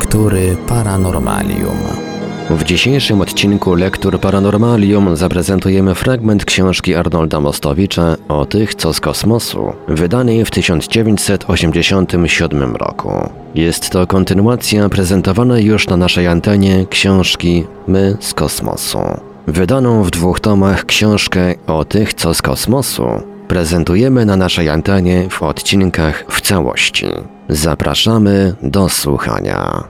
Lektury Paranormalium. W dzisiejszym odcinku Lektur Paranormalium zaprezentujemy fragment książki Arnolda Mostowicza O tych, co z kosmosu, wydanej w 1987 roku. Jest to kontynuacja prezentowanej już na naszej antenie książki My z kosmosu. Wydaną w 2 tomach książkę O tych, co z kosmosu prezentujemy na naszej antenie w odcinkach w całości. Zapraszamy do słuchania.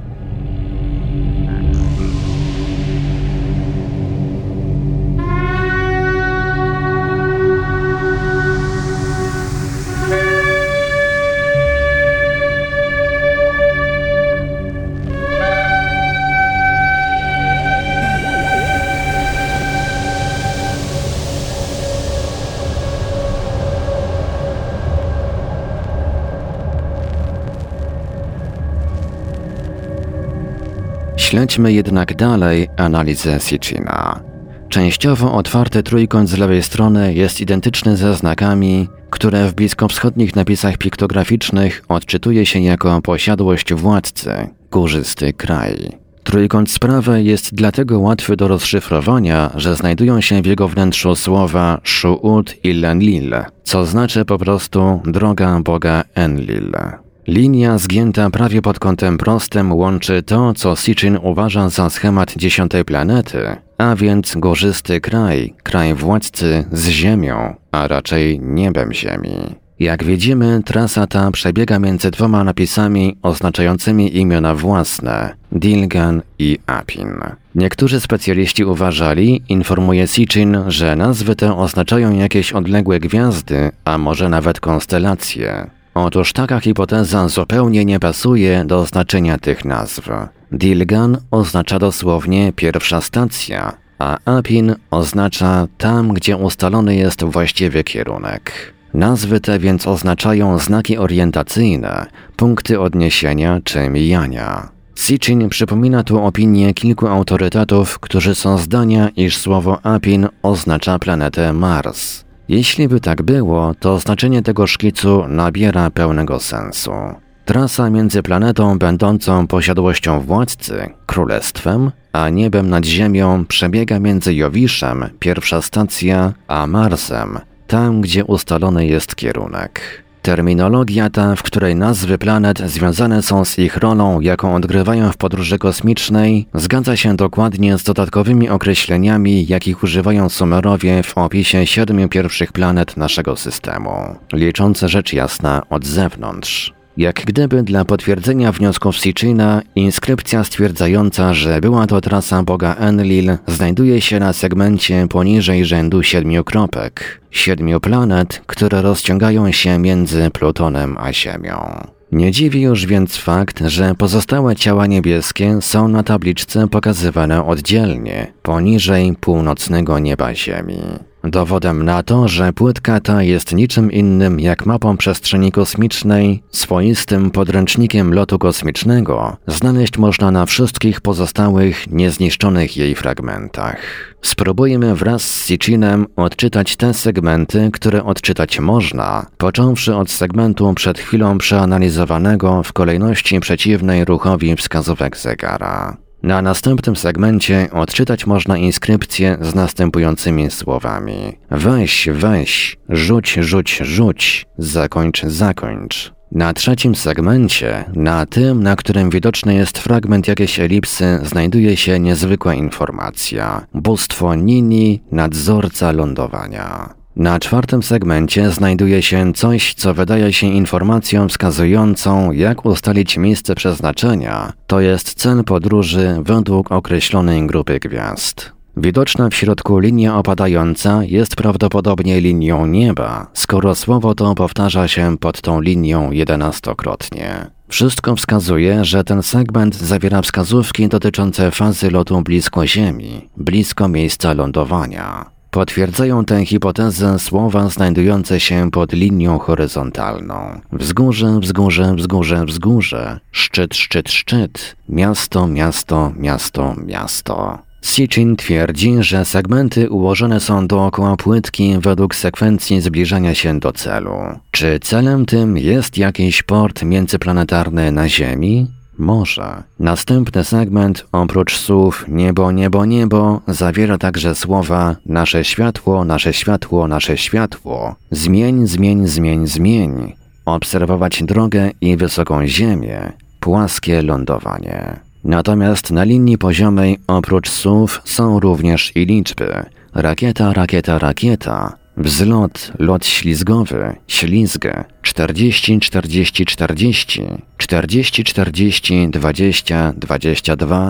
Śledźmy jednak dalej analizę Sitchina. Częściowo otwarty trójkąt z lewej strony jest identyczny ze znakami, które w bliskowschodnich napisach piktograficznych odczytuje się jako posiadłość władcy, górzysty kraj. Trójkąt z prawej jest dlatego łatwy do rozszyfrowania, że znajdują się w jego wnętrzu słowa Shu'ud i Lenlil, co znaczy po prostu droga Boga Enlil. Linia zgięta prawie pod kątem prostym łączy to, co Sitchin uważa za schemat 10. planety, a więc górzysty kraj, kraj władcy z Ziemią, a raczej niebem Ziemi. Jak widzimy, trasa ta przebiega między 2 napisami oznaczającymi imiona własne, Dilgan i Apin. Niektórzy specjaliści uważali, informuje Sitchin, że nazwy te oznaczają jakieś odległe gwiazdy, a może nawet konstelacje. Otóż taka hipoteza zupełnie nie pasuje do znaczenia tych nazw. Dilgan oznacza dosłownie pierwsza stacja, a Apin oznacza tam, gdzie ustalony jest właściwy kierunek. Nazwy te więc oznaczają znaki orientacyjne, punkty odniesienia czy mijania. Sitchin przypomina tu opinię kilku autorytetów, którzy są zdania, iż słowo Apin oznacza planetę Mars. Jeśli by tak było, to znaczenie tego szkicu nabiera pełnego sensu. Trasa między planetą będącą posiadłością władcy, królestwem, a niebem nad Ziemią przebiega między Jowiszem, pierwsza stacja, a Marsem, tam gdzie ustalony jest kierunek. Terminologia ta, w której nazwy planet związane są z ich rolą, jaką odgrywają w podróży kosmicznej, zgadza się dokładnie z dodatkowymi określeniami, jakich używają Sumerowie w opisie 7 pierwszych planet naszego systemu, liczące rzecz jasna od zewnątrz. Jak gdyby dla potwierdzenia wniosków Sitchina, inskrypcja stwierdzająca, że była to trasa Boga Enlil, znajduje się na segmencie poniżej rzędu 7 kropek, 7 planet, które rozciągają się między Plutonem a Ziemią. Nie dziwi już więc fakt, że pozostałe ciała niebieskie są na tabliczce pokazywane oddzielnie, poniżej północnego nieba Ziemi. Dowodem na to, że płytka ta jest niczym innym jak mapą przestrzeni kosmicznej, swoistym podręcznikiem lotu kosmicznego, znaleźć można na wszystkich pozostałych, niezniszczonych jej fragmentach. Spróbujmy wraz z Sitchinem odczytać te segmenty, które odczytać można, począwszy od segmentu przed chwilą przeanalizowanego w kolejności przeciwnej ruchowi wskazówek zegara. Na następnym segmencie odczytać można inskrypcję z następującymi słowami: weź, weź, rzuć, rzuć, rzuć, zakończ, zakończ. Na 3. segmencie, na tym, na którym widoczny jest fragment jakiejś elipsy, znajduje się niezwykła informacja: bóstwo Nini, nadzorca lądowania. Na 4. segmencie znajduje się coś, co wydaje się informacją wskazującą, jak ustalić miejsce przeznaczenia, to jest cel podróży według określonej grupy gwiazd. Widoczna w środku linia opadająca jest prawdopodobnie linią nieba, skoro słowo to powtarza się pod tą linią 11-krotnie. Wszystko wskazuje, że ten segment zawiera wskazówki dotyczące fazy lotu blisko Ziemi, blisko miejsca lądowania. Potwierdzają tę hipotezę słowa znajdujące się pod linią horyzontalną. Wzgórze, wzgórze, wzgórze, wzgórze, szczyt, szczyt, szczyt, miasto, miasto, miasto, miasto. Sitchin twierdzi, że segmenty ułożone są dookoła płytki według sekwencji zbliżania się do celu. Czy celem tym jest jakiś port międzyplanetarny na Ziemi? Morze. Następny segment oprócz słów niebo, niebo, niebo zawiera także słowa nasze światło, nasze światło, nasze światło. Zmień, zmień, zmień, zmień. Obserwować drogę i wysoką ziemię. Płaskie lądowanie. Natomiast na linii poziomej oprócz słów są również i liczby. Rakieta, rakieta, rakieta. Wzlot, lot ślizgowy, ślizg. 40, 40, 40. 40, 40, 20, 22,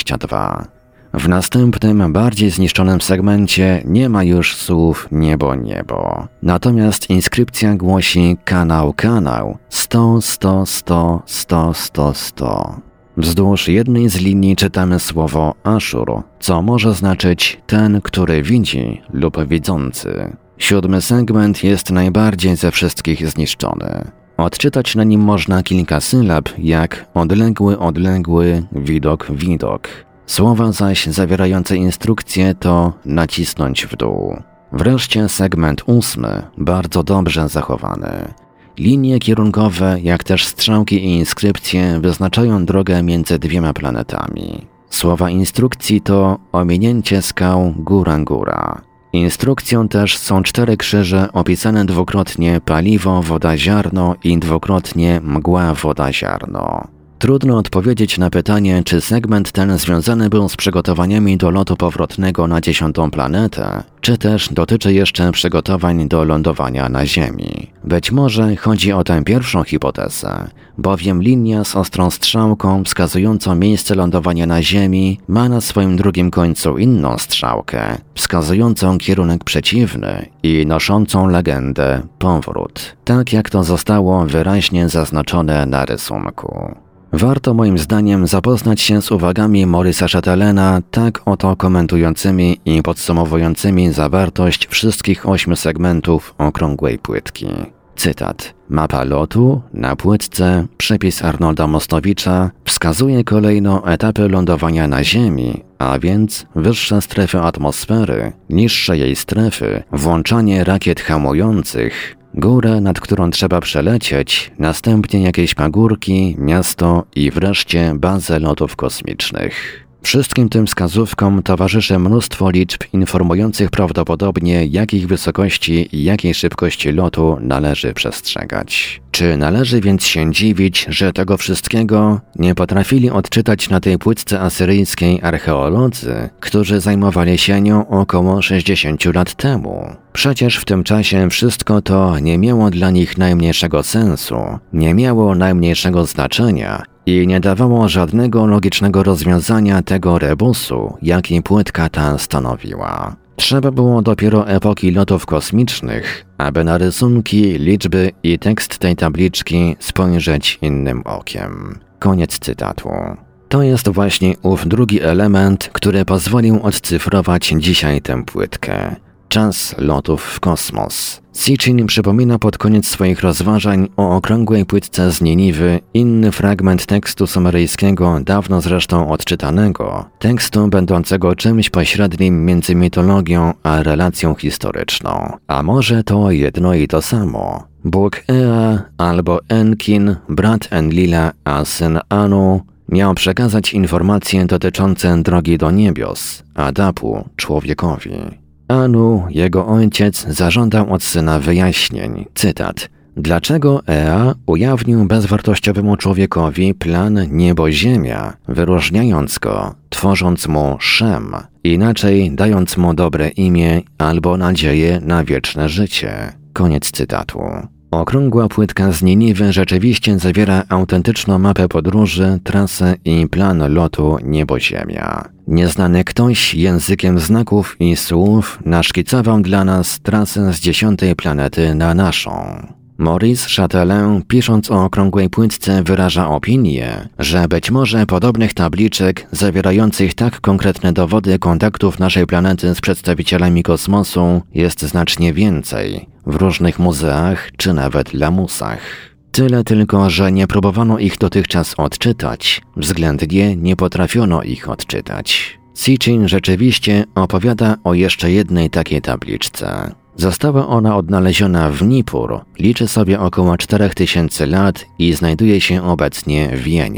22. W następnym, bardziej zniszczonym segmencie nie ma już słów niebo, niebo. Natomiast inskrypcja głosi kanał, kanał. 100, 100, 100, 100, 100, 100. Wzdłuż jednej z linii czytamy słowo Ashur, co może znaczyć ten, który widzi lub widzący. 7. segment jest najbardziej ze wszystkich zniszczony. Odczytać na nim można kilka sylab, jak odległy, odległy, widok, widok. Słowa zaś zawierające instrukcje to nacisnąć w dół. Wreszcie segment 8, bardzo dobrze zachowany. Linie kierunkowe, jak też strzałki i inskrypcje wyznaczają drogę między dwiema planetami. Słowa instrukcji to ominięcie skał, góra, góra. Instrukcją też są 4 krzyże opisane dwukrotnie paliwo, woda, ziarno i dwukrotnie mgła, woda, ziarno. Trudno odpowiedzieć na pytanie, czy segment ten związany był z przygotowaniami do lotu powrotnego na 10. planetę, czy też dotyczy jeszcze przygotowań do lądowania na Ziemi. Być może chodzi o tę pierwszą hipotezę, bowiem linia z ostrą strzałką wskazującą miejsce lądowania na Ziemi ma na swoim drugim końcu inną strzałkę, wskazującą kierunek przeciwny i noszącą legendę powrót, tak jak to zostało wyraźnie zaznaczone na rysunku. Warto moim zdaniem zapoznać się z uwagami Maurice'a Chatelena, tak oto komentującymi i podsumowującymi zawartość wszystkich 8 segmentów okrągłej płytki. Cytat. Mapa lotu na płytce, przepis Arnolda Mostowicza, wskazuje kolejno etapy lądowania na Ziemi, a więc wyższe strefy atmosfery, niższe jej strefy, włączanie rakiet hamujących, górę, nad którą trzeba przelecieć, następnie jakieś pagórki, miasto i wreszcie bazę lotów kosmicznych. Wszystkim tym wskazówkom towarzyszy mnóstwo liczb informujących prawdopodobnie, jakich wysokości i jakiej szybkości lotu należy przestrzegać. Czy należy więc się dziwić, że tego wszystkiego nie potrafili odczytać na tej płytce asyryjskiej archeolodzy, którzy zajmowali się nią około 60 lat temu? Przecież w tym czasie wszystko to nie miało dla nich najmniejszego sensu, nie miało najmniejszego znaczenia i nie dawało żadnego logicznego rozwiązania tego rebusu, jaki płytka ta stanowiła. Trzeba było dopiero epoki lotów kosmicznych, aby na rysunki, liczby i tekst tej tabliczki spojrzeć innym okiem. Koniec cytatu. To jest właśnie ów drugi element, który pozwolił odcyfrować dzisiaj tę płytkę. Czas lotów w kosmos. Sitchin przypomina pod koniec swoich rozważań o okrągłej płytce z Niniwy inny fragment tekstu sumeryjskiego, dawno zresztą odczytanego, tekstu będącego czymś pośrednim między mitologią a relacją historyczną. A może to jedno i to samo? Bóg Ea albo Enkin, brat Enlila, a syn Anu, miał przekazać informacje dotyczące drogi do niebios, Adapu, człowiekowi. Anu, jego ojciec, zażądał od syna wyjaśnień. Cytat. Dlaczego Ea ujawnił bezwartościowemu człowiekowi plan niebo-ziemia, wyróżniając go, tworząc mu Szem, inaczej dając mu dobre imię albo nadzieję na wieczne życie? Koniec cytatu. Okrągła płytka z Niniwy rzeczywiście zawiera autentyczną mapę podróży, trasę i plan lotu niebo-ziemia. Nieznany ktoś językiem znaków i słów naszkicował dla nas trasę z 10. planety na naszą. Maurice Chatelin, pisząc o okrągłej płytce, wyraża opinię, że być może podobnych tabliczek zawierających tak konkretne dowody kontaktów naszej planety z przedstawicielami kosmosu jest znacznie więcej w różnych muzeach czy nawet lamusach. Tyle tylko, że nie próbowano ich dotychczas odczytać, względnie nie potrafiono ich odczytać. Sitchin rzeczywiście opowiada o jeszcze jednej takiej tabliczce. Została ona odnaleziona w Nippur, liczy sobie około 4000 lat i znajduje się obecnie w Jenie.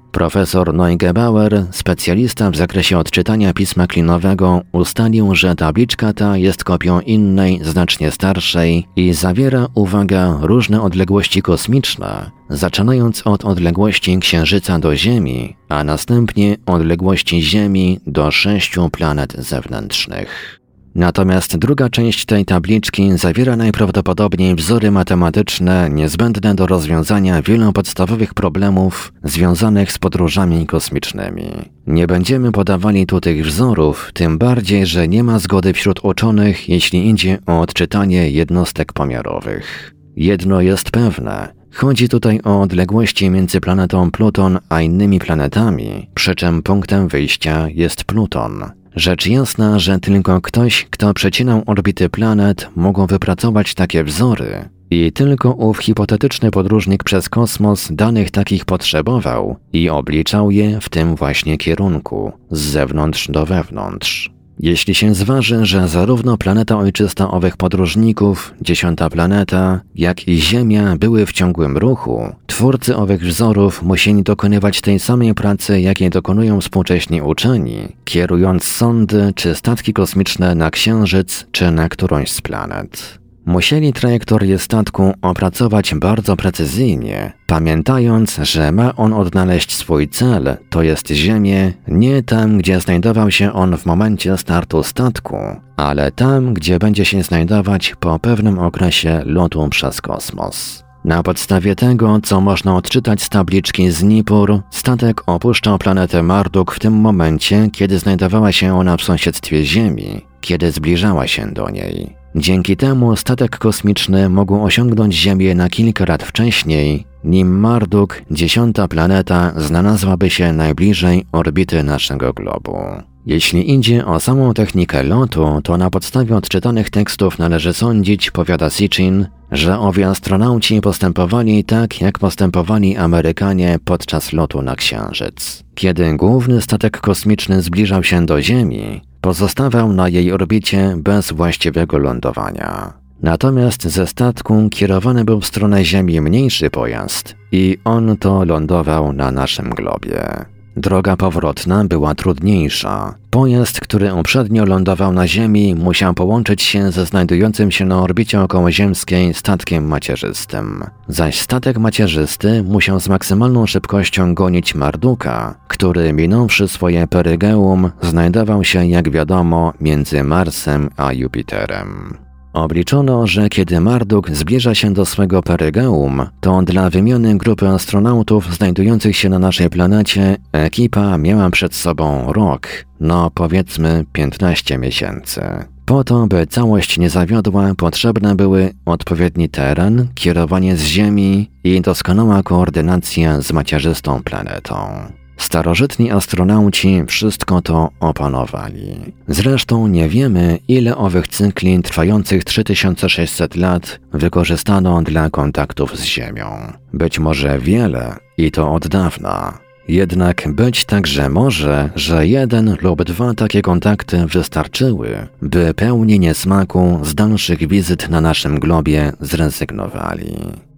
Profesor Neugebauer, specjalista w zakresie odczytania pisma klinowego, ustalił, że tabliczka ta jest kopią innej, znacznie starszej i zawiera, uwaga, różne odległości kosmiczne, zaczynając od odległości Księżyca do Ziemi, a następnie odległości Ziemi do 6 planet zewnętrznych. Natomiast druga część tej tabliczki zawiera najprawdopodobniej wzory matematyczne niezbędne do rozwiązania wielu podstawowych problemów związanych z podróżami kosmicznymi. Nie będziemy podawali tu tych wzorów, tym bardziej, że nie ma zgody wśród uczonych, jeśli idzie o odczytanie jednostek pomiarowych. Jedno jest pewne. Chodzi tutaj o odległości między planetą Pluton a innymi planetami, przy czym punktem wyjścia jest Pluton. Rzecz jasna, że tylko ktoś, kto przecinał orbity planet, mógł wypracować takie wzory i tylko ów hipotetyczny podróżnik przez kosmos danych takich potrzebował i obliczał je w tym właśnie kierunku, z zewnątrz do wewnątrz. Jeśli się zważy, że zarówno planeta ojczysta owych podróżników, 10. planeta, jak i Ziemia były w ciągłym ruchu, twórcy owych wzorów musieli dokonywać tej samej pracy, jakiej dokonują współcześni uczeni, kierując sondy czy statki kosmiczne na Księżyc czy na którąś z planet. Musieli trajektorię statku opracować bardzo precyzyjnie, pamiętając, że ma on odnaleźć swój cel, to jest Ziemię, nie tam, gdzie znajdował się on w momencie startu statku, ale tam, gdzie będzie się znajdować po pewnym okresie lotu przez kosmos. Na podstawie tego, co można odczytać z tabliczki z Nippur, statek opuszczał planetę Marduk w tym momencie, kiedy znajdowała się ona w sąsiedztwie Ziemi, kiedy zbliżała się do niej. Dzięki temu statek kosmiczny mógł osiągnąć Ziemię na kilka lat wcześniej, nim Marduk, 10. planeta, znalazłaby się najbliżej orbity naszego globu. Jeśli idzie o samą technikę lotu, to na podstawie odczytanych tekstów należy sądzić, powiada Sitchin, że owi astronauci postępowali tak, jak postępowali Amerykanie podczas lotu na Księżyc. Kiedy główny statek kosmiczny zbliżał się do Ziemi, pozostawał na jej orbicie bez właściwego lądowania. Natomiast ze statku kierowany był w stronę Ziemi mniejszy pojazd i on to lądował na naszym globie. Droga powrotna była trudniejsza. Pojazd, który uprzednio lądował na Ziemi, musiał połączyć się ze znajdującym się na orbicie okołoziemskiej statkiem macierzystym. Zaś statek macierzysty musiał z maksymalną szybkością gonić Marduka, który minąwszy swoje perygeum, znajdował się, jak wiadomo, między Marsem a Jupiterem. Obliczono, że kiedy Marduk zbliża się do swego perygeum, to dla wymiany grupy astronautów znajdujących się na naszej planecie ekipa miała przed sobą rok, powiedzmy 15 miesięcy. Po to, by całość nie zawiodła, potrzebne były odpowiedni teren, kierowanie z Ziemi i doskonała koordynacja z macierzystą planetą. Starożytni astronauci wszystko to opanowali. Zresztą nie wiemy, ile owych cykli trwających 3600 lat wykorzystano dla kontaktów z Ziemią. Być może wiele i to od dawna. Jednak być także może, że 1 lub 2 takie kontakty wystarczyły, by pełni niesmaku z dalszych wizyt na naszym globie zrezygnowali.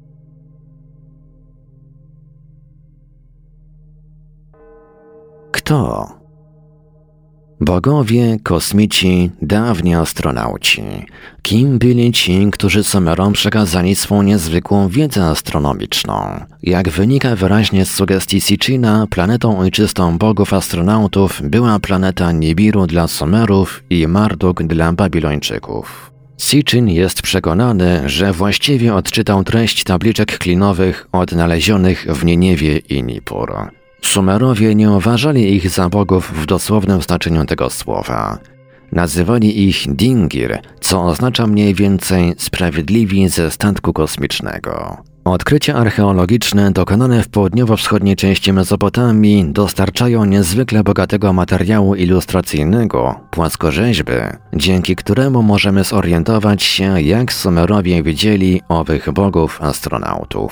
Kto? Bogowie, kosmici, dawni astronauci. Kim byli ci, którzy Sumerom przekazali swą niezwykłą wiedzę astronomiczną? Jak wynika wyraźnie z sugestii Sitchina, planetą ojczystą bogów astronautów była planeta Nibiru dla Sumerów i Marduk dla Babilończyków. Sitchin jest przekonany, że właściwie odczytał treść tabliczek klinowych odnalezionych w Niniewie i Nippur. Sumerowie nie uważali ich za bogów w dosłownym znaczeniu tego słowa. Nazywali ich Dingir, co oznacza mniej więcej sprawiedliwi ze statku kosmicznego. Odkrycia archeologiczne dokonane w południowo-wschodniej części Mezopotamii dostarczają niezwykle bogatego materiału ilustracyjnego, płaskorzeźby, dzięki któremu możemy zorientować się, jak Sumerowie widzieli owych bogów astronautów.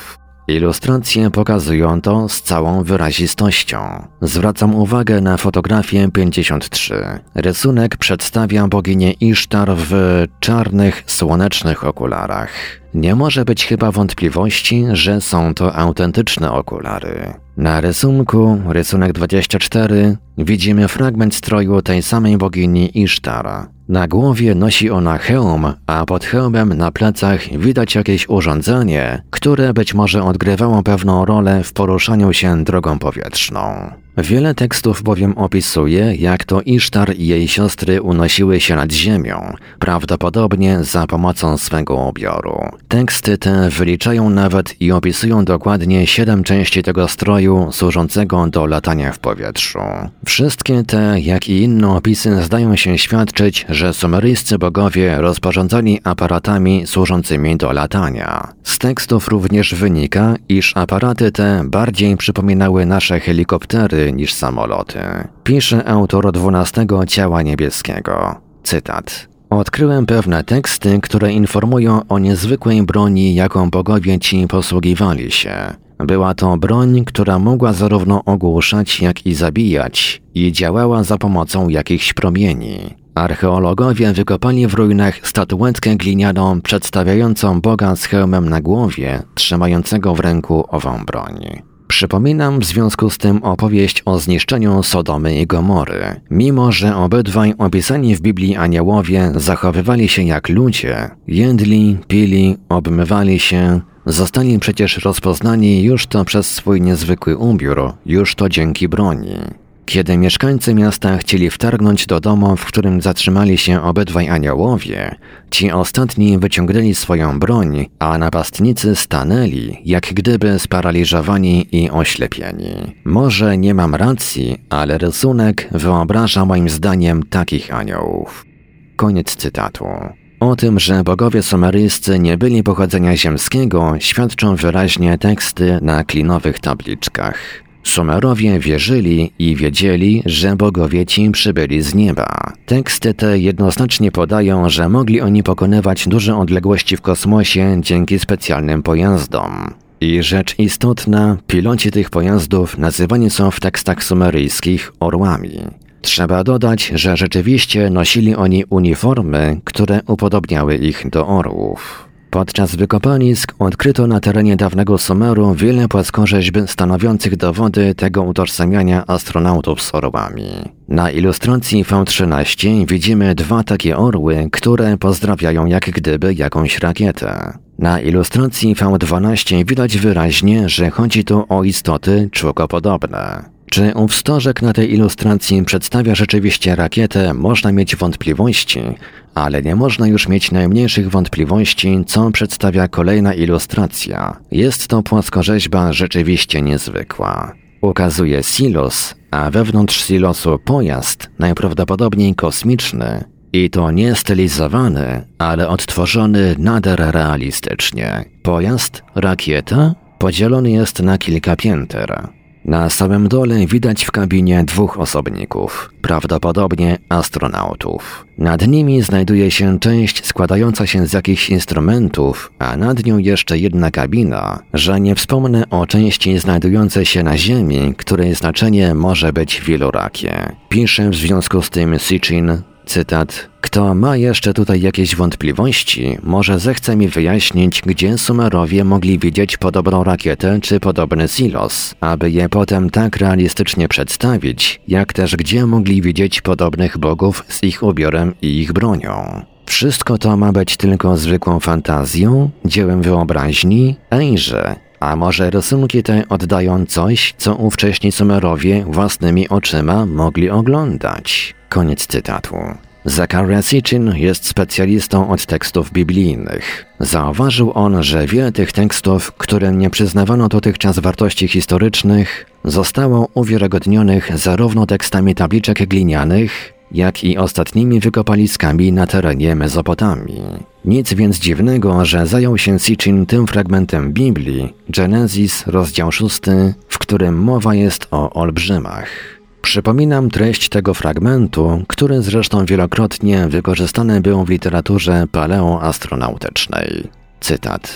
Ilustracje pokazują to z całą wyrazistością. Zwracam uwagę na fotografię 53. Rysunek przedstawia boginię Isztar w czarnych, słonecznych okularach. Nie może być chyba wątpliwości, że są to autentyczne okulary. Na rysunku, rysunek 24, widzimy fragment stroju tej samej bogini Isztar. Na głowie nosi ona hełm, a pod hełmem na plecach widać jakieś urządzenie, które być może odgrywało pewną rolę w poruszaniu się drogą powietrzną. Wiele tekstów bowiem opisuje, jak to Isztar i jej siostry unosiły się nad ziemią, prawdopodobnie za pomocą swego ubioru. Teksty te wyliczają nawet i opisują dokładnie 7 części tego stroju służącego do latania w powietrzu. Wszystkie te, jak i inne opisy zdają się świadczyć, że sumeryjscy bogowie rozporządzali aparatami służącymi do latania. Z tekstów również wynika, iż aparaty te bardziej przypominały nasze helikoptery niż samoloty. Pisze autor 12 Ciała Niebieskiego. Cytat. Odkryłem pewne teksty, które informują o niezwykłej broni, jaką bogowie ci posługiwali się. Była to broń, która mogła zarówno ogłuszać, jak i zabijać i działała za pomocą jakichś promieni. Archeologowie wykopali w ruinach statuetkę glinianą przedstawiającą Boga z hełmem na głowie, trzymającego w ręku ową broń. Przypominam w związku z tym opowieść o zniszczeniu Sodomy i Gomory. Mimo że obydwaj opisani w Biblii aniołowie zachowywali się jak ludzie, jedli, pili, obmywali się, zostali przecież rozpoznani już to przez swój niezwykły ubiór, już to dzięki broni. Kiedy mieszkańcy miasta chcieli wtargnąć do domu, w którym zatrzymali się obydwaj aniołowie, ci ostatni wyciągnęli swoją broń, a napastnicy stanęli, jak gdyby sparaliżowani i oślepieni. Może nie mam racji, ale rysunek wyobraża moim zdaniem takich aniołów. Koniec cytatu. O tym, że bogowie sumeryjscy nie byli pochodzenia ziemskiego, świadczą wyraźnie teksty na klinowych tabliczkach. Sumerowie wierzyli i wiedzieli, że bogowie ci przybyli z nieba. Teksty te jednoznacznie podają, że mogli oni pokonywać duże odległości w kosmosie dzięki specjalnym pojazdom. I rzecz istotna, piloci tych pojazdów nazywani są w tekstach sumeryjskich orłami. Trzeba dodać, że rzeczywiście nosili oni uniformy, które upodobniały ich do orłów. Podczas wykopalisk odkryto na terenie dawnego Sumeru wiele płaskorzeźb stanowiących dowody tego utożsamiania astronautów z orłami. Na ilustracji V13 widzimy 2 takie orły, które pozdrawiają jak gdyby jakąś rakietę. Na ilustracji V12 widać wyraźnie, że chodzi tu o istoty członkopodobne. Czy ów stożek na tej ilustracji przedstawia rzeczywiście rakietę, można mieć wątpliwości, ale nie można już mieć najmniejszych wątpliwości, co przedstawia kolejna ilustracja. Jest to płaskorzeźba rzeczywiście niezwykła. Ukazuje silos, a wewnątrz silosu pojazd, najprawdopodobniej kosmiczny, i to nie stylizowany, ale odtworzony nader realistycznie. Pojazd, rakieta, podzielony jest na kilka pięter. Na samym dole widać w kabinie 2 osobników, prawdopodobnie astronautów. Nad nimi znajduje się część składająca się z jakichś instrumentów, a nad nią jeszcze jedna kabina, że nie wspomnę o części znajdującej się na Ziemi, której znaczenie może być wielorakie. Pisze w związku z tym Sitchin, cytat, kto ma jeszcze tutaj jakieś wątpliwości, może zechce mi wyjaśnić, gdzie Sumerowie mogli widzieć podobną rakietę czy podobny silos, aby je potem tak realistycznie przedstawić, jak też gdzie mogli widzieć podobnych bogów z ich ubiorem i ich bronią. Wszystko to ma być tylko zwykłą fantazją, dziełem wyobraźni? Ejże! A może rysunki te oddają coś, co ówcześni Sumerowie własnymi oczyma mogli oglądać? Koniec cytatu. Zachariah Sitchin jest specjalistą od tekstów biblijnych. Zauważył on, że wiele tych tekstów, którym nie przyznawano dotychczas wartości historycznych, zostało uwiarygodnionych zarówno tekstami tabliczek glinianych, jak i ostatnimi wykopaliskami na terenie Mezopotamii. Nic więc dziwnego, że zajął się Sitchin tym fragmentem Biblii, Genesis, rozdział 6, w którym mowa jest o olbrzymach. Przypominam treść tego fragmentu, który zresztą wielokrotnie wykorzystany był w literaturze paleoastronautycznej. Cytat.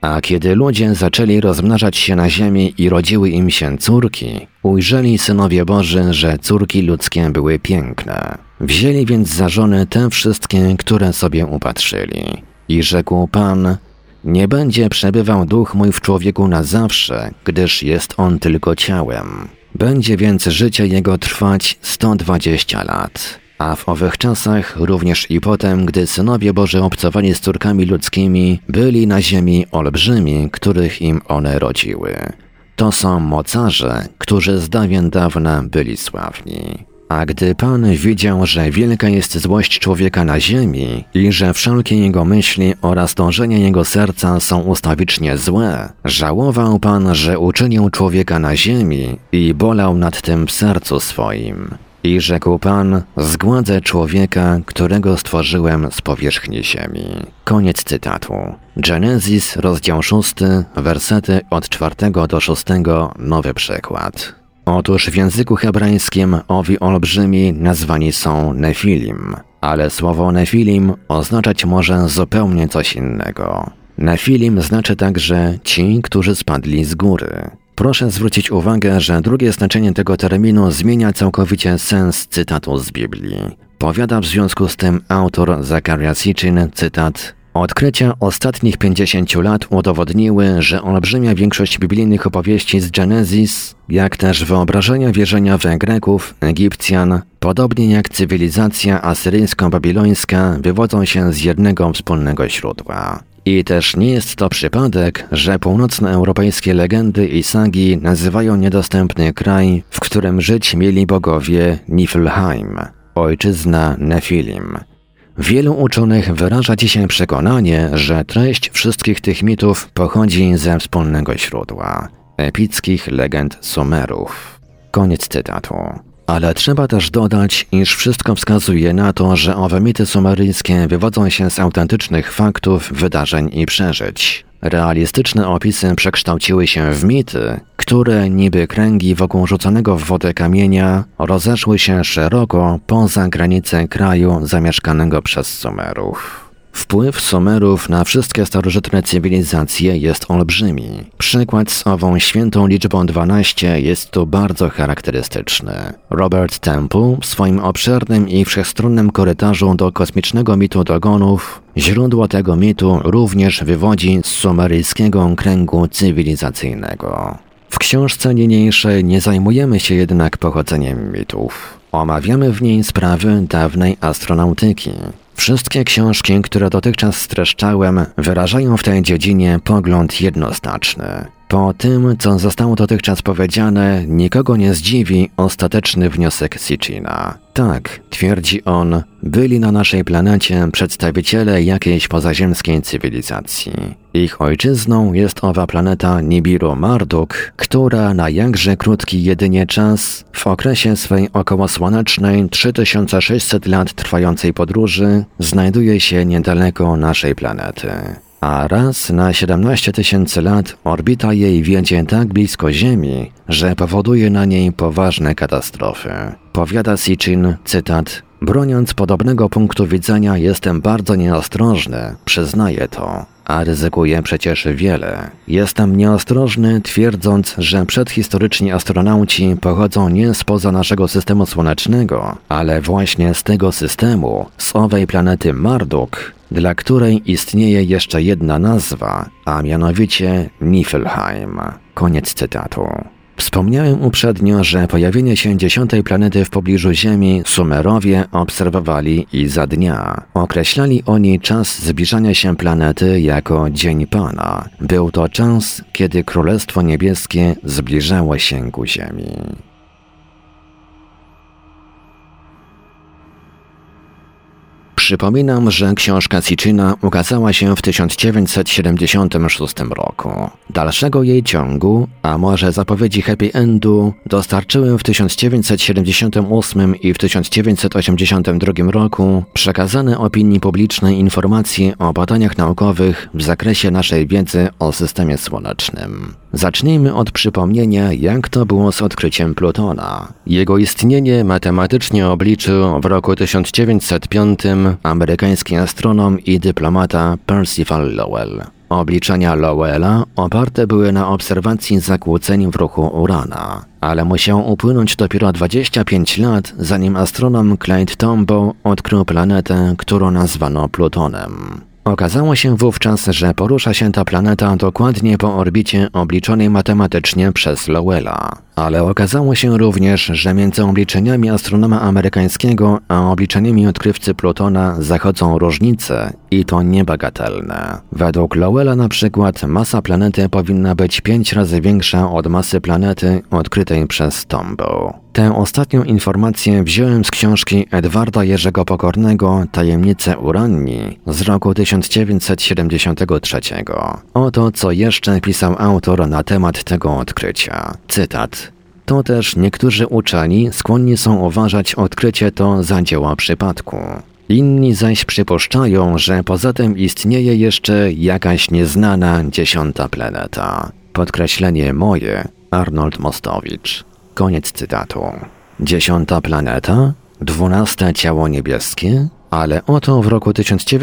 A kiedy ludzie zaczęli rozmnażać się na ziemi i rodziły im się córki, ujrzeli synowie Boży, że córki ludzkie były piękne. Wzięli więc za żony te wszystkie, które sobie upatrzyli. I rzekł Pan: nie będzie przebywał duch mój w człowieku na zawsze, gdyż jest on tylko ciałem. Będzie więc życie jego trwać 120 lat. A w owych czasach, również i potem, gdy synowie Boży obcowali z córkami ludzkimi, byli na ziemi olbrzymi, których im one rodziły. To są mocarze, którzy z dawien dawna byli sławni. A gdy Pan widział, że wielka jest złość człowieka na ziemi i że wszelkie jego myśli oraz dążenia jego serca są ustawicznie złe, żałował Pan, że uczynił człowieka na ziemi i bolał nad tym w sercu swoim. I rzekł Pan: zgładzę człowieka, którego stworzyłem z powierzchni ziemi. Koniec cytatu. Genesis, rozdział 6, wersety od 4 do 6, nowy przekład. Otóż w języku hebrajskim owi olbrzymi nazwani są Nefilim, ale słowo Nefilim oznaczać może zupełnie coś innego. Nefilim znaczy także ci, którzy spadli z góry. Proszę zwrócić uwagę, że drugie znaczenie tego terminu zmienia całkowicie sens cytatu z Biblii. Powiada w związku z tym autor Zecharia Sitchin, cytat: odkrycia ostatnich 50 lat udowodniły, że olbrzymia większość biblijnych opowieści z Genesis, jak też wyobrażenia wierzenia we Greków, Egipcjan, podobnie jak cywilizacja asyryjsko-babilońska, wywodzą się z jednego wspólnego źródła. I też nie jest to przypadek, że północnoeuropejskie legendy i sagi nazywają niedostępny kraj, w którym żyć mieli bogowie, Niflheim, ojczyzna Nefilim. Wielu uczonych wyraża dzisiaj przekonanie, że treść wszystkich tych mitów pochodzi ze wspólnego źródła – epickich legend Sumerów. Koniec cytatu. Ale trzeba też dodać, iż wszystko wskazuje na to, że owe mity sumeryjskie wywodzą się z autentycznych faktów, wydarzeń i przeżyć. Realistyczne opisy przekształciły się w mity, które niby kręgi wokół rzuconego w wodę kamienia rozeszły się szeroko poza granice kraju zamieszkanego przez Sumerów. Wpływ Sumerów na wszystkie starożytne cywilizacje jest olbrzymi. Przykład z ową świętą liczbą 12 jest tu bardzo charakterystyczny. Robert Temple w swoim obszernym i wszechstronnym korytarzu do kosmicznego mitu Dogonów, źródło tego mitu również wywodzi z sumeryjskiego kręgu cywilizacyjnego. W książce niniejszej nie zajmujemy się jednak pochodzeniem mitów. Omawiamy w niej sprawy dawnej astronautyki. Wszystkie książki, które dotychczas streszczałem, wyrażają w tej dziedzinie pogląd jednoznaczny. Po tym, co zostało dotychczas powiedziane, nikogo nie zdziwi ostateczny wniosek Sitchina. Tak, twierdzi on, byli na naszej planecie przedstawiciele jakiejś pozaziemskiej cywilizacji. Ich ojczyzną jest owa planeta Nibiru Marduk, która na jakże krótki jedynie czas, w okresie swej okołosłonecznej 3600 lat trwającej podróży, znajduje się niedaleko naszej planety. A raz na 17 000 lat orbita jej wiedzie tak blisko Ziemi, że powoduje na niej poważne katastrofy. Powiada Sitchin, cytat: broniąc podobnego punktu widzenia jestem bardzo nieostrożny, przyznaję to, a ryzykuję przecież wiele. Jestem nieostrożny, twierdząc, że przedhistoryczni astronauci pochodzą nie spoza naszego systemu słonecznego, ale właśnie z tego systemu, z owej planety Marduk, dla której istnieje jeszcze jedna nazwa, a mianowicie Niflheim. Koniec cytatu. Wspomniałem uprzednio, że pojawienie się 10. planety w pobliżu Ziemi Sumerowie obserwowali i za dnia. Określali oni czas zbliżania się planety jako Dzień Pana. Był to czas, kiedy Królestwo Niebieskie zbliżało się ku Ziemi. Przypominam, że książka Sitchina ukazała się w 1976 roku. Dalszego jej ciągu, a może zapowiedzi happy endu, dostarczyłem w 1978 i w 1982 roku przekazane opinii publicznej informacje o badaniach naukowych w zakresie naszej wiedzy o systemie słonecznym. Zacznijmy od przypomnienia, jak to było z odkryciem Plutona. Jego istnienie matematycznie obliczył w roku 1905 amerykański astronom i dyplomata Percival Lowell. Obliczenia Lowella oparte były na obserwacji zakłóceń w ruchu Urana, ale musiało upłynąć dopiero 25 lat, zanim astronom Clyde Tombaugh odkrył planetę, którą nazwano Plutonem. Okazało się wówczas, że porusza się ta planeta dokładnie po orbicie obliczonej matematycznie przez Lowella. Ale okazało się również, że między obliczeniami astronoma amerykańskiego a obliczeniami odkrywcy Plutona zachodzą różnice i to niebagatelne. Według Lowella na przykład masa planety powinna być 5 razy większa od masy planety odkrytej przez Tombaugh. Tę ostatnią informację wziąłem z książki Edwarda Jerzego Pokornego Tajemnice Uranii z roku 1973. Oto co jeszcze pisał autor na temat tego odkrycia. Cytat. To też niektórzy uczeni skłonni są uważać odkrycie to za dzieło przypadku. Inni zaś przypuszczają, że poza tym istnieje jeszcze jakaś nieznana 10. planeta. Podkreślenie moje, Arnold Mostowicz. Koniec cytatu. 10. planeta? 12. ciało niebieskie? Ale oto w roku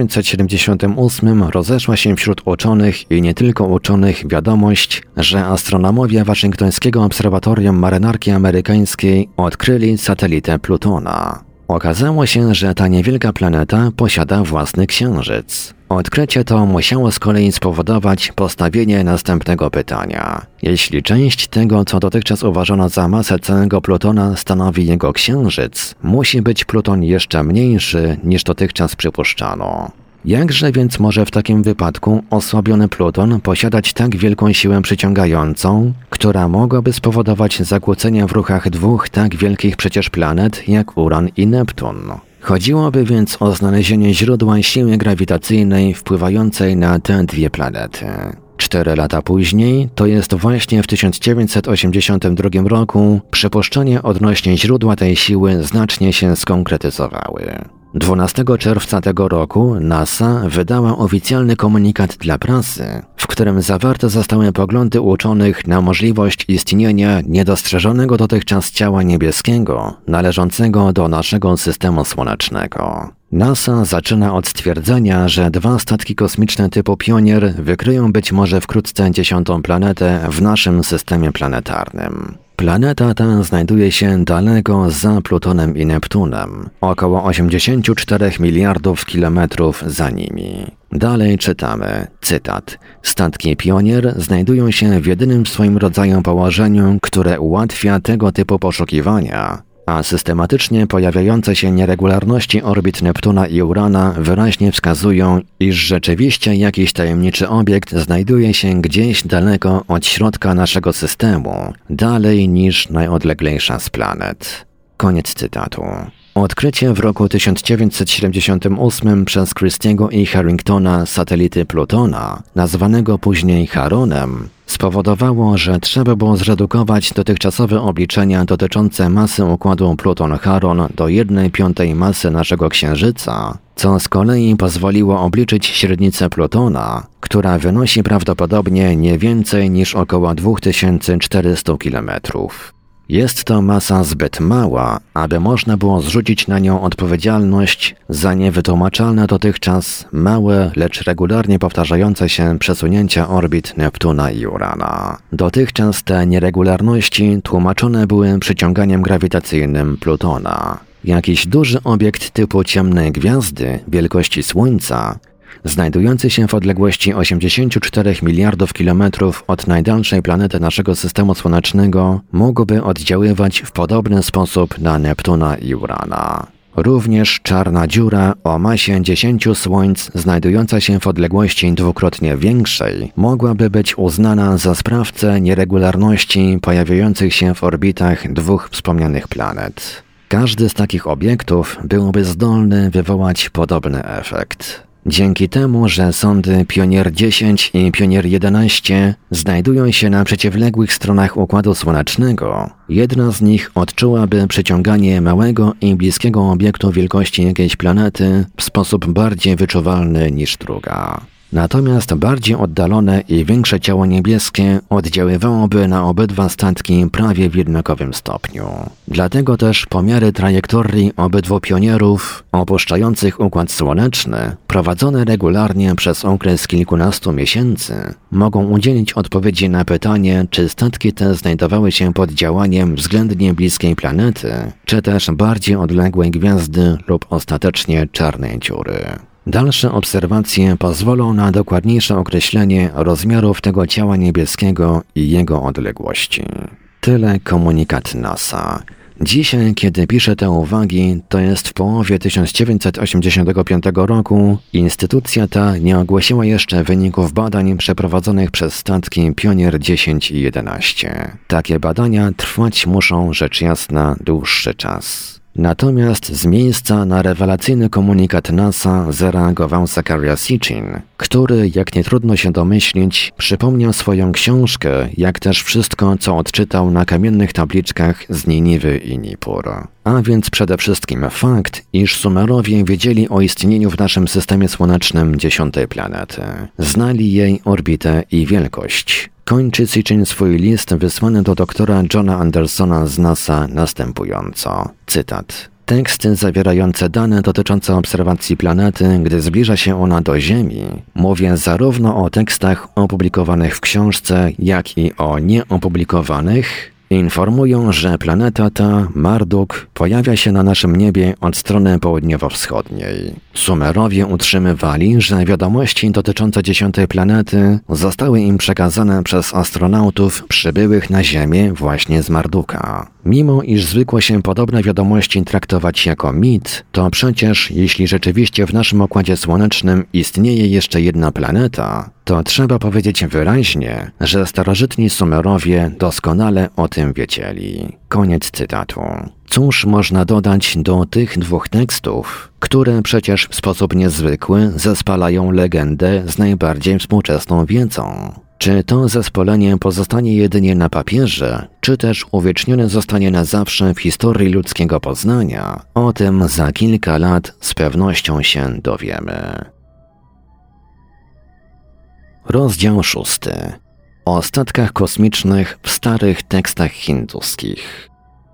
1978 rozeszła się wśród uczonych i nie tylko uczonych wiadomość, że astronomowie waszyngtońskiego obserwatorium marynarki amerykańskiej odkryli satelitę Plutona. Okazało się, że ta niewielka planeta posiada własny księżyc. Odkrycie to musiało z kolei spowodować postawienie następnego pytania. Jeśli część tego, co dotychczas uważano za masę całego Plutona, stanowi jego księżyc, musi być Pluton jeszcze mniejszy niż dotychczas przypuszczano. Jakże więc może w takim wypadku osłabiony Pluton posiadać tak wielką siłę przyciągającą, która mogłaby spowodować zakłócenia w ruchach dwóch tak wielkich przecież planet jak Uran i Neptun? Chodziłoby więc o znalezienie źródła siły grawitacyjnej wpływającej na te dwie planety. 4 lata później, to jest właśnie w 1982 roku, przypuszczenia odnośnie źródła tej siły znacznie się skonkretyzowały. 12 czerwca tego roku NASA wydała oficjalny komunikat dla prasy, w którym zawarte zostały poglądy uczonych na możliwość istnienia niedostrzeżonego dotychczas ciała niebieskiego należącego do naszego systemu słonecznego. NASA zaczyna od stwierdzenia, że 2 statki kosmiczne typu Pionier wykryją być może wkrótce 10. planetę w naszym systemie planetarnym. Planeta ta znajduje się daleko za Plutonem i Neptunem, około 84 miliardów kilometrów za nimi. Dalej czytamy, cytat, statki Pionier znajdują się w jedynym w swoim rodzaju położeniu, które ułatwia tego typu poszukiwania, a systematycznie pojawiające się nieregularności orbit Neptuna i Urana wyraźnie wskazują, iż rzeczywiście jakiś tajemniczy obiekt znajduje się gdzieś daleko od środka naszego systemu, dalej niż najodleglejsza z planet. Koniec cytatu. Odkrycie w roku 1978 przez Christiego i Harringtona satelity Plutona, nazwanego później Charonem, spowodowało, że trzeba było zredukować dotychczasowe obliczenia dotyczące masy układu Pluton-Charon do 1/5 masy naszego Księżyca, co z kolei pozwoliło obliczyć średnicę Plutona, która wynosi prawdopodobnie nie więcej niż około 2400 km. Jest to masa zbyt mała, aby można było zrzucić na nią odpowiedzialność za niewytłumaczalne dotychczas małe, lecz regularnie powtarzające się przesunięcia orbit Neptuna i Urana. Dotychczas te nieregularności tłumaczone były przyciąganiem grawitacyjnym Plutona. Jakiś duży obiekt typu ciemnej gwiazdy wielkości Słońca, znajdujący się w odległości 84 miliardów kilometrów od najdalszej planety naszego systemu słonecznego, mógłby oddziaływać w podobny sposób na Neptuna i Urana. Również czarna dziura o masie 10 Słońc, znajdująca się w odległości dwukrotnie większej, mogłaby być uznana za sprawcę nieregularności pojawiających się w orbitach dwóch wspomnianych planet. Każdy z takich obiektów byłby zdolny wywołać podobny efekt. Dzięki temu, że sondy Pionier 10 i Pionier 11 znajdują się na przeciwległych stronach Układu Słonecznego, jedna z nich odczułaby przyciąganie małego i bliskiego obiektu wielkości jakiejś planety w sposób bardziej wyczuwalny niż druga. Natomiast bardziej oddalone i większe ciało niebieskie oddziaływałoby na obydwa statki prawie w jednakowym stopniu. Dlatego też pomiary trajektorii obydwu pionierów opuszczających Układ Słoneczny, prowadzone regularnie przez okres kilkunastu miesięcy, mogą udzielić odpowiedzi na pytanie, czy statki te znajdowały się pod działaniem względnie bliskiej planety, czy też bardziej odległej gwiazdy lub ostatecznie czarnej dziury. Dalsze obserwacje pozwolą na dokładniejsze określenie rozmiarów tego ciała niebieskiego i jego odległości. Tyle komunikat NASA. Dzisiaj, kiedy piszę te uwagi, to jest w połowie 1985 roku, instytucja ta nie ogłosiła jeszcze wyników badań przeprowadzonych przez statki Pionier 10 i 11. Takie badania trwać muszą, rzecz jasna, dłuższy czas. Natomiast z miejsca na rewelacyjny komunikat NASA zareagował Zecharia Sitchin, który, jak nie trudno się domyślić, przypomniał swoją książkę, jak też wszystko, co odczytał na kamiennych tabliczkach z Niniwy i Nippur. A więc przede wszystkim fakt, iż Sumerowie wiedzieli o istnieniu w naszym systemie słonecznym 10. planety. Znali jej orbitę i wielkość. Kończy Sitchin swój list wysłany do doktora Johna Andersona z NASA następująco. Cytat. Teksty zawierające dane dotyczące obserwacji planety, gdy zbliża się ona do Ziemi, mówię zarówno o tekstach opublikowanych w książce, jak i o nieopublikowanych, informują, że planeta ta, Marduk, pojawia się na naszym niebie od strony południowo-wschodniej. Sumerowie utrzymywali, że wiadomości dotyczące 10. planety zostały im przekazane przez astronautów przybyłych na Ziemię właśnie z Marduka. Mimo iż zwykło się podobne wiadomości traktować jako mit, to przecież jeśli rzeczywiście w naszym Układzie Słonecznym istnieje jeszcze jedna planeta, to trzeba powiedzieć wyraźnie, że starożytni Sumerowie doskonale o tym wiedzieli. Koniec cytatu. Cóż można dodać do tych dwóch tekstów, które przecież w sposób niezwykły zespalają legendę z najbardziej współczesną wiedzą? Czy to zespolenie pozostanie jedynie na papierze, czy też uwiecznione zostanie na zawsze w historii ludzkiego poznania? O tym za kilka lat z pewnością się dowiemy. Rozdział 6. O statkach kosmicznych w starych tekstach hinduskich.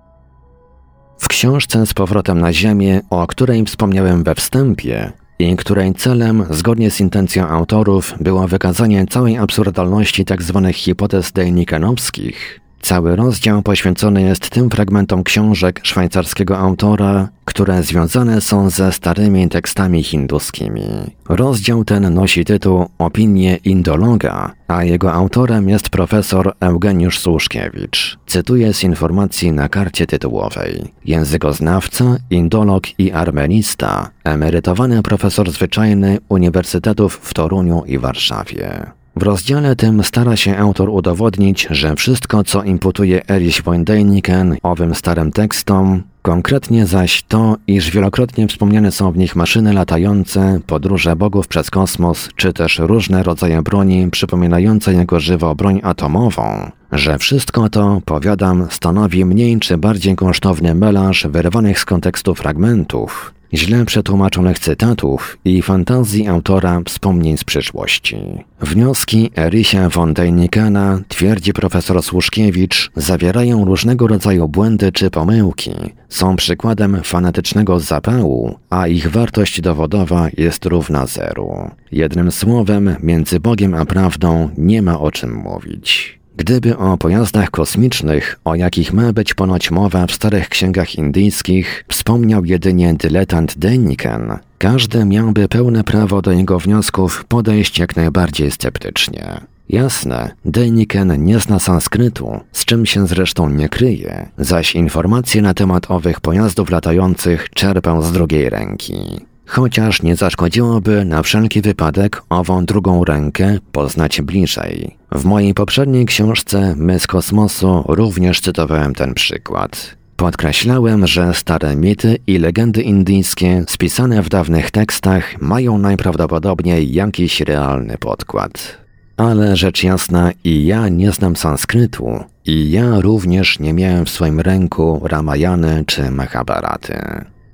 W książce Z powrotem na Ziemię, o której wspomniałem we wstępie i której celem, zgodnie z intencją autorów, było wykazanie całej absurdalności tzw. hipotez dejnikanowskich, cały rozdział poświęcony jest tym fragmentom książek szwajcarskiego autora, które związane są ze starymi tekstami hinduskimi. Rozdział ten nosi tytuł Opinie Indologa, a jego autorem jest profesor Eugeniusz Słuszkiewicz. Cytuję z informacji na karcie tytułowej. Językoznawca, indolog i armenista, emerytowany profesor zwyczajny uniwersytetów w Toruniu i Warszawie. W rozdziale tym stara się autor udowodnić, że wszystko, co imputuje Erich von Däniken owym starym tekstom, konkretnie zaś to, iż wielokrotnie wspomniane są w nich maszyny latające, podróże bogów przez kosmos, czy też różne rodzaje broni przypominające jako żywo broń atomową, że wszystko to, powiadam, stanowi mniej czy bardziej kosztowny melanż wyrwanych z kontekstu fragmentów, źle przetłumaczonych cytatów i fantazji autora wspomnień z przyszłości. Wnioski Ericha von Dänikena, twierdzi profesor Słuszkiewicz, zawierają różnego rodzaju błędy czy pomyłki, są przykładem fanatycznego zapału, a ich wartość dowodowa jest równa zeru. Jednym słowem, między Bogiem a prawdą nie ma o czym mówić. Gdyby o pojazdach kosmicznych, o jakich ma być ponoć mowa w starych księgach indyjskich, wspomniał jedynie dyletant Däniken, każdy miałby pełne prawo do jego wniosków podejść jak najbardziej sceptycznie. Jasne, Däniken nie zna sanskrytu, z czym się zresztą nie kryje, zaś informacje na temat owych pojazdów latających czerpał z drugiej ręki. Chociaż nie zaszkodziłoby na wszelki wypadek ową drugą rękę poznać bliżej. W mojej poprzedniej książce My z kosmosu również cytowałem ten przykład. Podkreślałem, że stare mity i legendy indyjskie spisane w dawnych tekstach mają najprawdopodobniej jakiś realny podkład. Ale rzecz jasna, i ja nie znam sanskrytu, i ja również nie miałem w swoim ręku Ramayany czy Mahabharaty.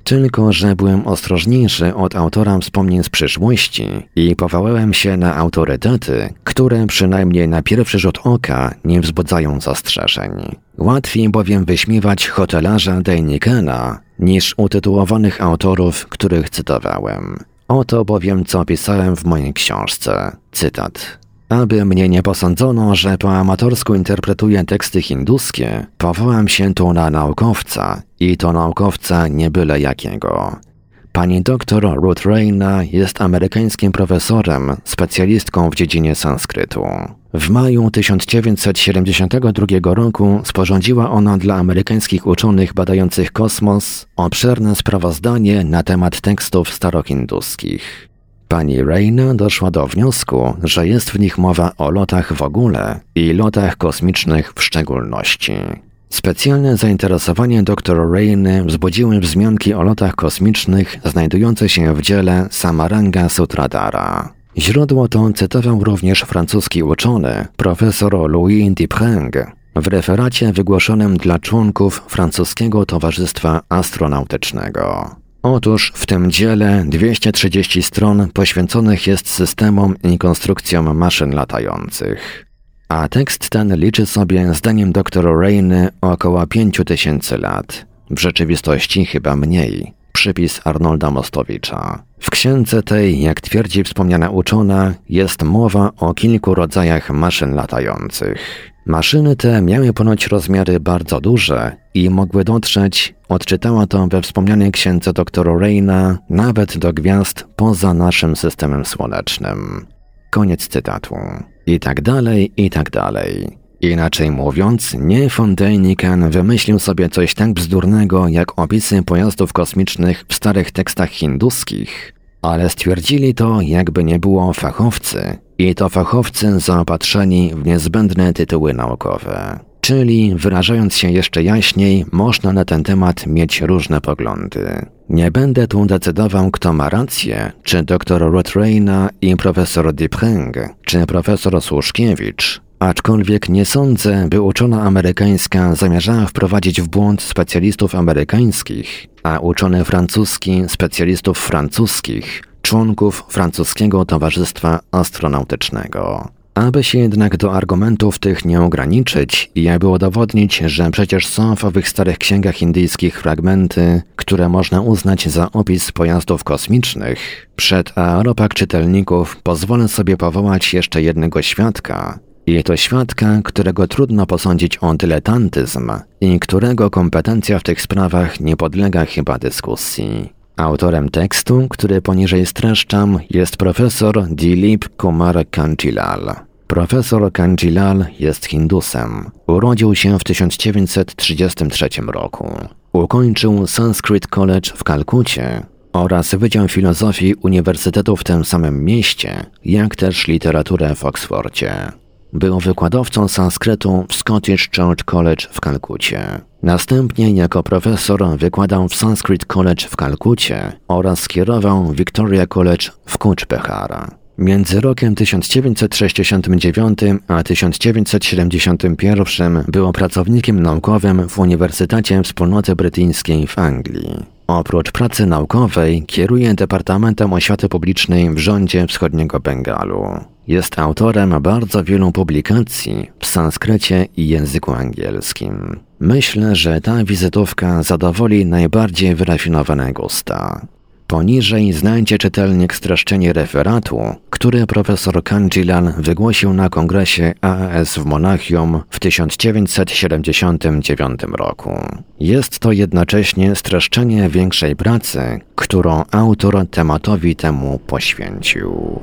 Tylko że byłem ostrożniejszy od autora wspomnień z przyszłości i powołałem się na autorytety, które przynajmniej na pierwszy rzut oka nie wzbudzają zastrzeżeń. Łatwiej bowiem wyśmiewać hotelarza Deinikena niż utytułowanych autorów, których cytowałem. Oto bowiem co pisałem w mojej książce. Cytat. Aby mnie nie posądzono, że po amatorsku interpretuję teksty hinduskie, powołam się tu na naukowca i to naukowca nie byle jakiego. Pani dr Ruth Reina jest amerykańskim profesorem, specjalistką w dziedzinie sanskrytu. W maju 1972 roku sporządziła ona dla amerykańskich uczonych badających kosmos obszerne sprawozdanie na temat tekstów starohinduskich. Pani Reina doszła do wniosku, że jest w nich mowa o lotach w ogóle i lotach kosmicznych w szczególności. Specjalne zainteresowanie dr Reiny wzbudziły wzmianki o lotach kosmicznych znajdujące się w dziele Samaranga Sutradhara. Źródło to cytował również francuski uczony, profesor Louis Dipring, w referacie wygłoszonym dla członków francuskiego Towarzystwa Astronautycznego. Otóż w tym dziele 230 stron poświęconych jest systemom i konstrukcjom maszyn latających. A tekst ten liczy sobie, zdaniem dr Reiny, około 5000 lat. W rzeczywistości chyba mniej. Przypis Arnolda Mostowicza. W księdze tej, jak twierdzi wspomniana uczona, jest mowa o kilku rodzajach maszyn latających. Maszyny te miały ponoć rozmiary bardzo duże i mogły dotrzeć, odczytała to we wspomnianej księdze dr Reina, nawet do gwiazd poza naszym systemem słonecznym. Koniec cytatu. I tak dalej, i tak dalej. Inaczej mówiąc, nie von Däniken wymyślił sobie coś tak bzdurnego jak opisy pojazdów kosmicznych w starych tekstach hinduskich, ale stwierdzili to, jakby nie było, fachowcy. I to fachowcy zaopatrzeni w niezbędne tytuły naukowe. Czyli, wyrażając się jeszcze jaśniej, można na ten temat mieć różne poglądy. Nie będę tu decydował, kto ma rację, czy dr Ruth Reina i profesor Dipring, czy profesor Słuszkiewicz. Aczkolwiek nie sądzę, by uczona amerykańska zamierzała wprowadzić w błąd specjalistów amerykańskich, a uczony francuski specjalistów francuskich, członków francuskiego Towarzystwa Astronautycznego. Aby się jednak do argumentów tych nie ograniczyć i aby udowodnić, że przecież są w owych starych księgach indyjskich fragmenty, które można uznać za opis pojazdów kosmicznych, przed aeropag czytelników pozwolę sobie powołać jeszcze jednego świadka. I to świadka, którego trudno posądzić o dyletantyzm i którego kompetencja w tych sprawach nie podlega chyba dyskusji. Autorem tekstu, który poniżej streszczam, jest profesor Dilip Kumar Kanjilal. Profesor Kanjilal jest Hindusem. Urodził się w 1933 roku. Ukończył Sanskrit College w Kalkucie oraz Wydział Filozofii Uniwersytetu w tym samym mieście, jak też literaturę w Oksfordzie. Był wykładowcą sanskrytu w Scottish Church College w Kalkucie. Następnie jako profesor wykładał w Sanskrit College w Kalkucie oraz kierował Victoria College w Kuch Behar. Między rokiem 1969 a 1971 był pracownikiem naukowym w Uniwersytecie Wspólnoty Brytyjskiej w Anglii. Oprócz pracy naukowej kieruje Departamentem Oświaty Publicznej w rządzie wschodniego Bengalu. Jest autorem bardzo wielu publikacji w sanskrycie i języku angielskim. Myślę, że ta wizytówka zadowoli najbardziej wyrafinowane gusta. Poniżej znajdzie czytelnik streszczenie referatu, który profesor Kanjilal wygłosił na kongresie AAS w Monachium w 1979 roku. Jest to jednocześnie streszczenie większej pracy, którą autor tematowi temu poświęcił.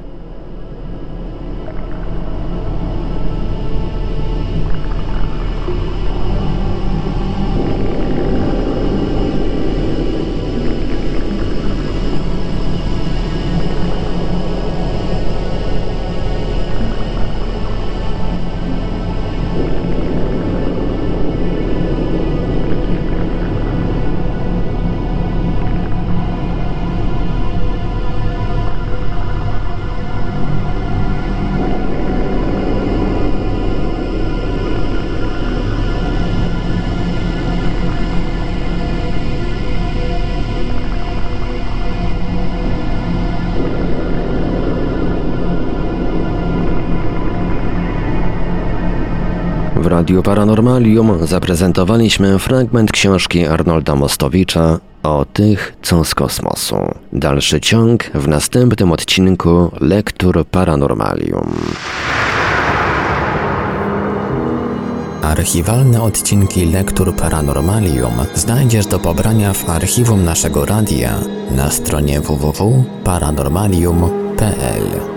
Radiu Paranormalium zaprezentowaliśmy fragment książki Arnolda Mostowicza o tych, co z kosmosu. Dalszy ciąg w następnym odcinku Lektur Paranormalium. Archiwalne odcinki Lektur Paranormalium znajdziesz do pobrania w archiwum naszego radia na stronie www.paranormalium.pl.